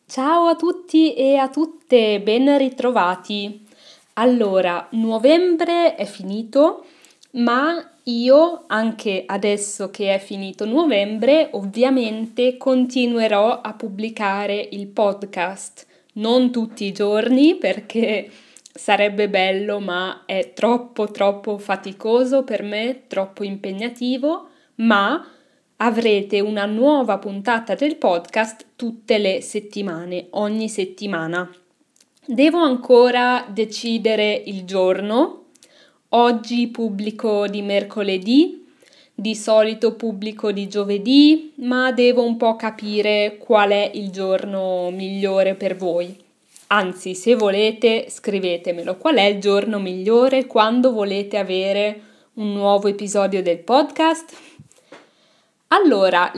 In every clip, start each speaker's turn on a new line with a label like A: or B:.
A: Ciao a tutti e a tutte, ben ritrovati. Allora, novembre è finito, ma io, anche adesso che è finito novembre, ovviamente continuerò a pubblicare il podcast. Non tutti i giorni perché sarebbe bello, ma è troppo faticoso per me, troppo impegnativo, ma avrete una nuova puntata del podcast tutte le settimane, ogni settimana. Devo ancora decidere il giorno. Oggi pubblico di mercoledì, di solito pubblico di giovedì, ma devo un po' capire qual è il giorno migliore per voi. Anzi, se volete, scrivetemelo. Qual è il giorno migliore? Quando volete avere un nuovo episodio del podcast? Allora,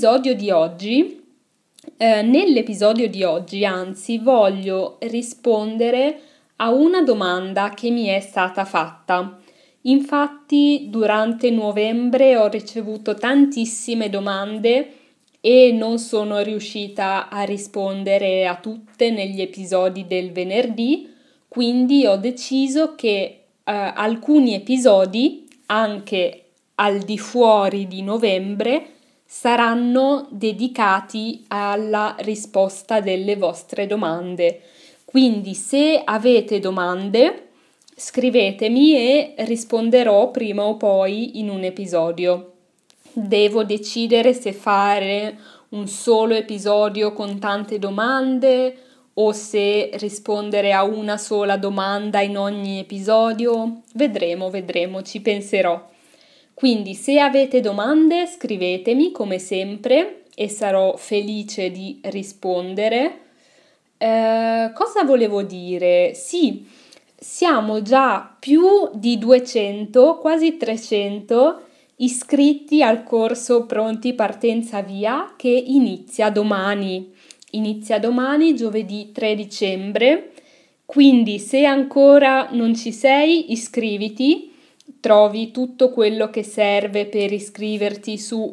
A: nell'episodio di oggi, anzi, voglio rispondere a una domanda che mi è stata fatta. Infatti, durante novembre ho ricevuto tantissime domande e non sono riuscita a rispondere a tutte negli episodi del venerdì, quindi ho deciso che alcuni episodi, anche al di fuori di novembre, saranno dedicati alla risposta delle vostre domande. Quindi se avete domande, scrivetemi e risponderò prima o poi in un episodio. Devo decidere se fare un solo episodio con tante domande o se rispondere a una sola domanda in ogni episodio. Vedremo, ci penserò. Quindi se avete domande scrivetemi come sempre e sarò felice di rispondere. Cosa volevo dire? Sì, siamo già più di 200, quasi 300 iscritti al corso Pronti Partenza Via che inizia domani. Inizia domani, giovedì 3 dicembre. Quindi se ancora non ci sei, iscriviti. Trovi tutto quello che serve per iscriverti su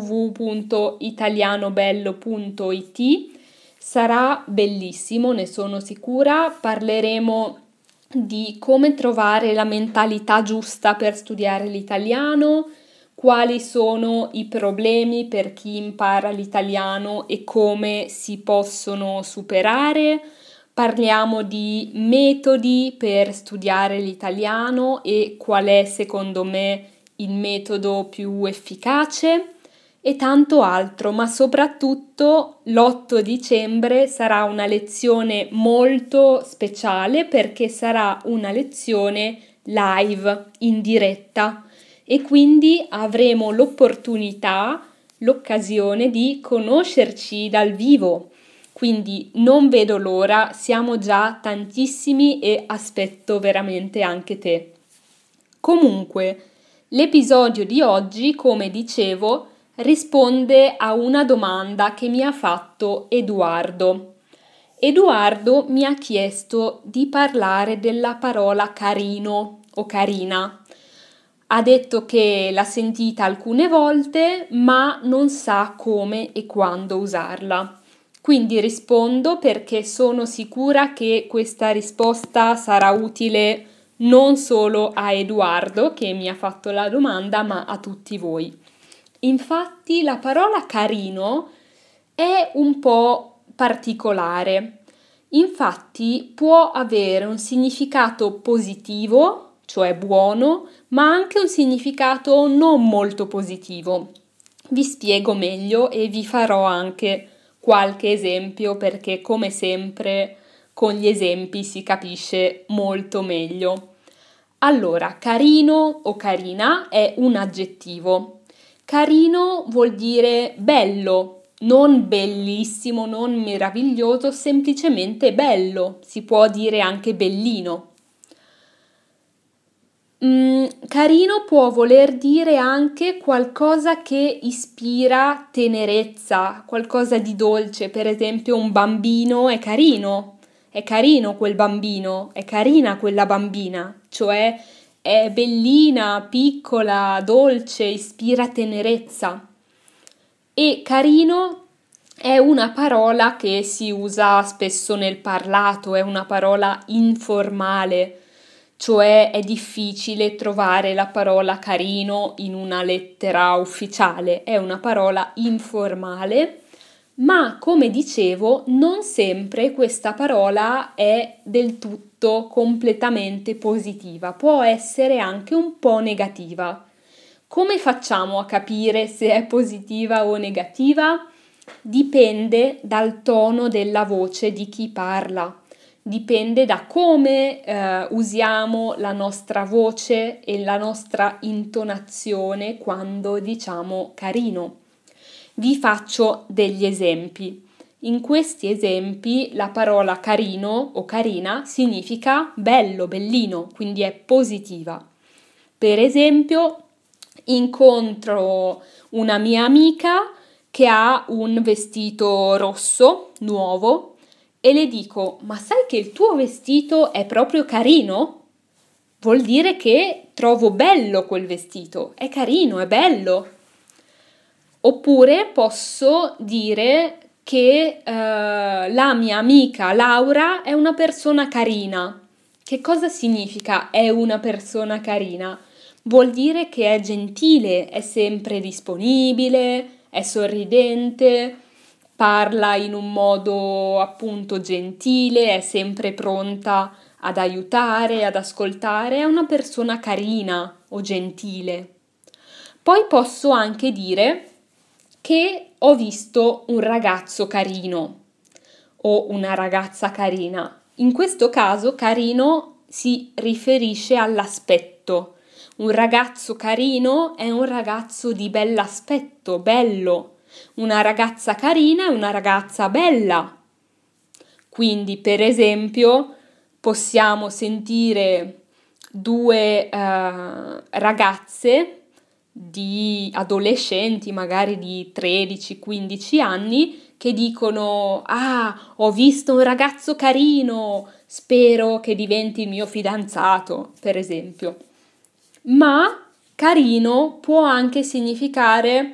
A: www.italianobello.it. Sarà bellissimo, ne sono sicura. Parleremo di come trovare la mentalità giusta per studiare l'italiano, quali sono i problemi per chi impara l'italiano e come si possono superare. Parliamo di metodi per studiare l'italiano e qual è secondo me il metodo più efficace e tanto altro, ma soprattutto l'8 dicembre sarà una lezione molto speciale perché sarà una lezione live in diretta e quindi avremo l'occasione di conoscerci dal vivo. Quindi non vedo l'ora, siamo già tantissimi e aspetto veramente anche te. Comunque, l'episodio di oggi, come dicevo, risponde a una domanda che mi ha fatto Edoardo. Edoardo mi ha chiesto di parlare della parola carino o carina. Ha detto che l'ha sentita alcune volte, ma non sa come e quando usarla. Quindi rispondo perché sono sicura che questa risposta sarà utile non solo a Edoardo che mi ha fatto la domanda, ma a tutti voi. Infatti la parola carino è un po' particolare. Infatti può avere un significato positivo, cioè buono, ma anche un significato non molto positivo. Vi spiego meglio e vi farò anche qualche esempio perché come sempre con gli esempi si capisce molto meglio. Allora, carino o carina è un aggettivo. Carino vuol dire bello, non bellissimo, non meraviglioso, semplicemente bello. Si può dire anche bellino. Carino può voler dire anche qualcosa che ispira tenerezza, qualcosa di dolce, per esempio un bambino è carino quel bambino, è carina quella bambina, cioè è bellina, piccola, dolce, ispira tenerezza. E carino è una parola che si usa spesso nel parlato, è una parola informale, cioè è difficile trovare la parola carino in una lettera ufficiale, è una parola informale, ma come dicevo, non sempre questa parola è del tutto completamente positiva, può essere anche un po' negativa. Come facciamo a capire se è positiva o negativa? Dipende dal tono della voce di chi parla, dipende da come usiamo la nostra voce e la nostra intonazione quando diciamo carino. Vi faccio degli esempi. In questi esempi la parola carino o carina significa bello, bellino, quindi è positiva. Per esempio, incontro una mia amica che ha un vestito rosso, nuovo, e le dico: ma sai che il tuo vestito è proprio carino? Vuol dire che trovo bello quel vestito, è carino, è bello. Oppure posso dire che la mia amica Laura è una persona carina. Che cosa significa è una persona carina? Vuol dire che è gentile, è sempre disponibile, è sorridente, parla in un modo appunto gentile, è sempre pronta ad aiutare, ad ascoltare, è una persona carina o gentile. Poi posso anche dire che ho visto un ragazzo carino o una ragazza carina. In questo caso carino si riferisce all'aspetto. Un ragazzo carino è un ragazzo di bell'aspetto, bello. Una ragazza carina è una ragazza bella. Quindi, per esempio, possiamo sentire due ragazze di adolescenti, magari di 13-15 anni, che dicono: ah, ho visto un ragazzo carino, spero che diventi il mio fidanzato, per esempio. Ma carino può anche significare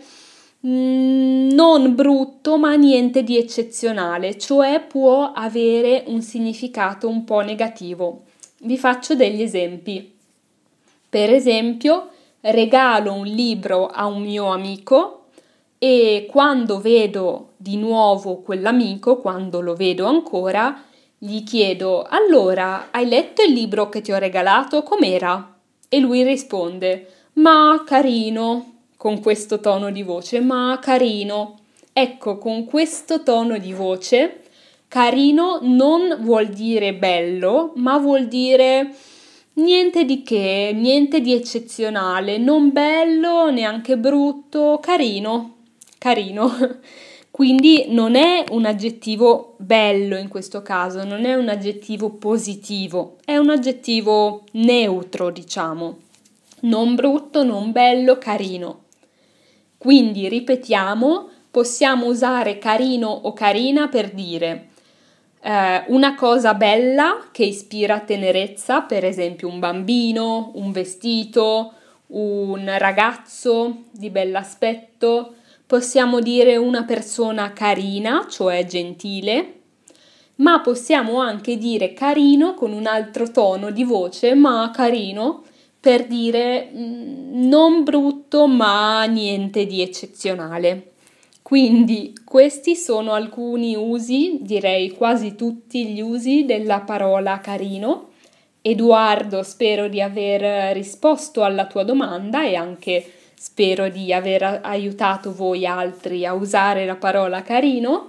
A: non brutto, ma niente di eccezionale, cioè può avere un significato un po' negativo. Vi faccio degli esempi. Per esempio, regalo un libro a un mio amico e quando vedo di nuovo quell'amico, quando lo vedo ancora, gli chiedo: allora, hai letto il libro che ti ho regalato? Com'era? E lui risponde: ma carino, con questo tono di voce, ma carino. Ecco, con questo tono di voce, carino non vuol dire bello, ma vuol dire niente di che, niente di eccezionale, non bello, neanche brutto, carino, carino. Quindi non è un aggettivo bello in questo caso, non è un aggettivo positivo, è un aggettivo neutro, diciamo. Non brutto, non bello, carino. Quindi ripetiamo, possiamo usare carino o carina per dire una cosa bella che ispira tenerezza, per esempio un bambino, un vestito, un ragazzo di bell'aspetto. Possiamo dire una persona carina, cioè gentile, ma possiamo anche dire carino con un altro tono di voce, ma carino, per dire non brutto, ma niente di eccezionale. Quindi questi sono alcuni usi, direi quasi tutti gli usi della parola carino. Edoardo, spero di aver risposto alla tua domanda e anche spero di aver aiutato voi altri a usare la parola carino.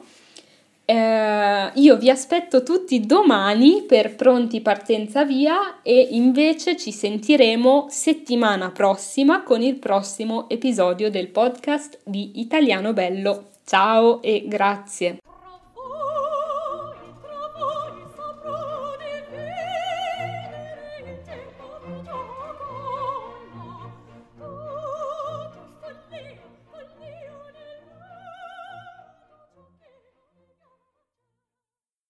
A: Io vi aspetto tutti domani per Pronti Partenza Via e invece ci sentiremo settimana prossima con il prossimo episodio del podcast di Italiano Bello. Ciao e grazie!